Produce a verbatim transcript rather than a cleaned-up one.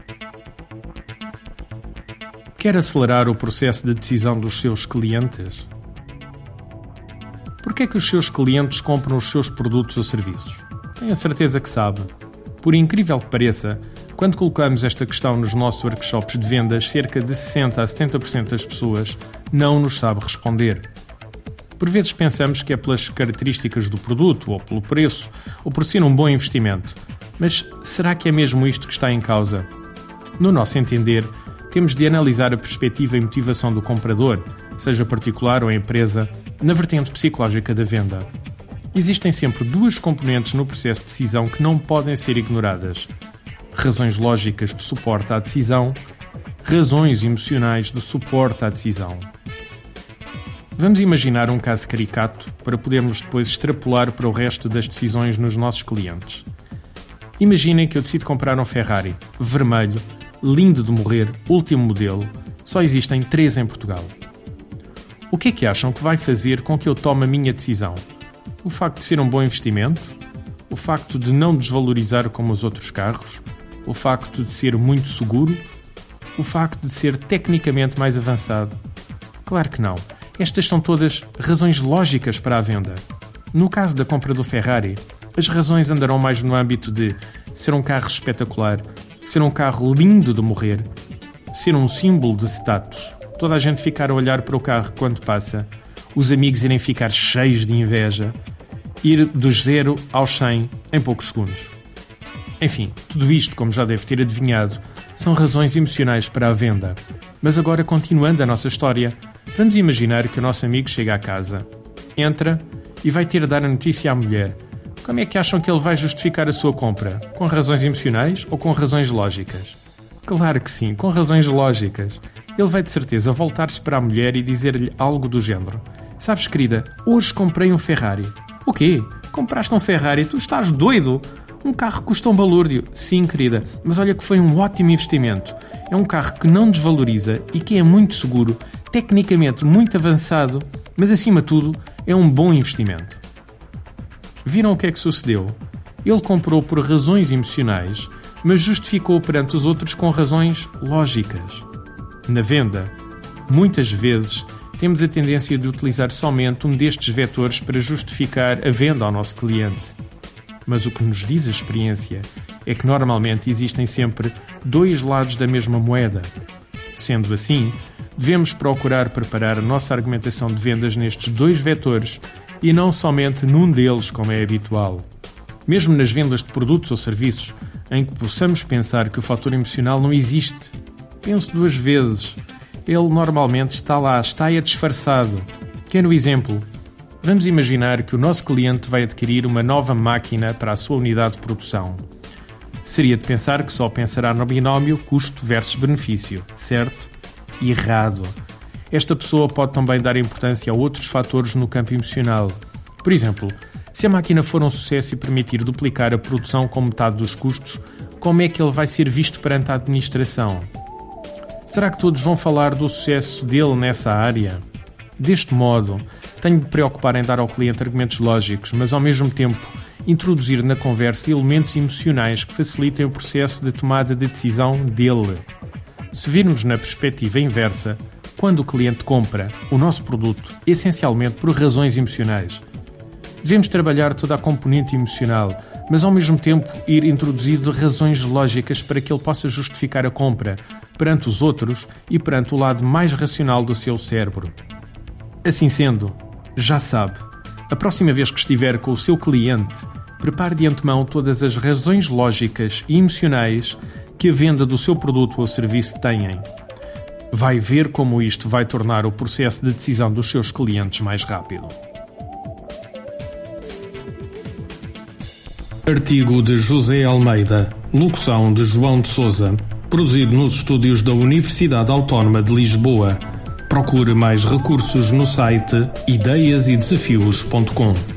Quer acelerar o processo de decisão dos seus clientes? Por que é que os seus clientes compram os seus produtos ou serviços? Tenho a certeza que sabe. Por incrível que pareça, quando colocamos esta questão nos nossos workshops de vendas, cerca de sessenta a setenta por cento das pessoas não nos sabe responder. Por vezes pensamos que é pelas características do produto, ou pelo preço, ou por ser um bom investimento. Mas será que é mesmo isto que está em causa? No nosso entender, temos de analisar a perspectiva e motivação do comprador, seja particular ou empresa, na vertente psicológica da venda. Existem sempre duas componentes no processo de decisão que não podem ser ignoradas: razões lógicas de suporte à decisão, razões emocionais de suporte à decisão. Vamos imaginar um caso caricato para podermos depois extrapolar para o resto das decisões nos nossos clientes. Imaginem que eu decido comprar um Ferrari, vermelho, lindo de morrer, último modelo. Só existem três em Portugal. O que é que acham que vai fazer com que eu tome a minha decisão? O facto de ser um bom investimento? O facto de não desvalorizar como os outros carros? O facto de ser muito seguro? O facto de ser tecnicamente mais avançado? Claro que não. Estas são todas razões lógicas para a venda. No caso da compra do Ferrari, as razões andarão mais no âmbito de ser um carro espetacular, ser um carro lindo de morrer, ser um símbolo de status, toda a gente ficar a olhar para o carro quando passa, os amigos irem ficar cheios de inveja, ir dos zero aos cem em poucos segundos. Enfim, tudo isto, como já deve ter adivinhado, são razões emocionais para a venda. Mas agora, continuando a nossa história, vamos imaginar que o nosso amigo chega à casa, entra e vai ter a dar a notícia à mulher. Como é que acham que ele vai justificar a sua compra? Com razões emocionais ou com razões lógicas? Claro que sim, com razões lógicas. Ele vai de certeza voltar-se para a mulher e dizer-lhe algo do género: sabes, querida, hoje comprei um Ferrari. O quê? Compraste um Ferrari? Tu estás doido? Um carro custa um balúrdio. Sim, querida, mas olha que foi um ótimo investimento. É um carro que não desvaloriza e que é muito seguro, tecnicamente muito avançado, mas acima de tudo é um bom investimento. Viram o que é que sucedeu? Ele comprou por razões emocionais, mas justificou perante os outros com razões lógicas. Na venda, muitas vezes temos a tendência de utilizar somente um destes vetores para justificar a venda ao nosso cliente. Mas o que nos diz a experiência é que normalmente existem sempre dois lados da mesma moeda. Sendo assim, devemos procurar preparar a nossa argumentação de vendas nestes dois vetores e não somente num deles, como é habitual. Mesmo nas vendas de produtos ou serviços, em que possamos pensar que o fator emocional não existe, pense duas vezes. Ele normalmente está lá, está aí disfarçado. Quero um exemplo. Vamos imaginar que o nosso cliente vai adquirir uma nova máquina para a sua unidade de produção. Seria de pensar que só pensará no binómio custo versus benefício, certo? Errado. Esta pessoa pode também dar importância a outros fatores no campo emocional. Por exemplo, se a máquina for um sucesso e permitir duplicar a produção com metade dos custos, como é que ele vai ser visto perante a administração? Será que todos vão falar do sucesso dele nessa área? Deste modo, tenho de preocupar em dar ao cliente argumentos lógicos, mas ao mesmo tempo introduzir na conversa elementos emocionais que facilitem o processo de tomada de decisão dele. Se virmos na perspectiva inversa, quando o cliente compra o nosso produto essencialmente por razões emocionais, devemos trabalhar toda a componente emocional, mas ao mesmo tempo ir introduzindo razões lógicas para que ele possa justificar a compra perante os outros e perante o lado mais racional do seu cérebro. Assim sendo, já sabe, a próxima vez que estiver com o seu cliente, prepare de antemão todas as razões lógicas e emocionais que a venda do seu produto ou serviço têm. Vai ver como isto vai tornar o processo de decisão dos seus clientes mais rápido. Artigo de José Almeida, locução de João de Sousa, produzido nos estúdios da Universidade Autónoma de Lisboa. Procure mais recursos no site ideias e desafios ponto com.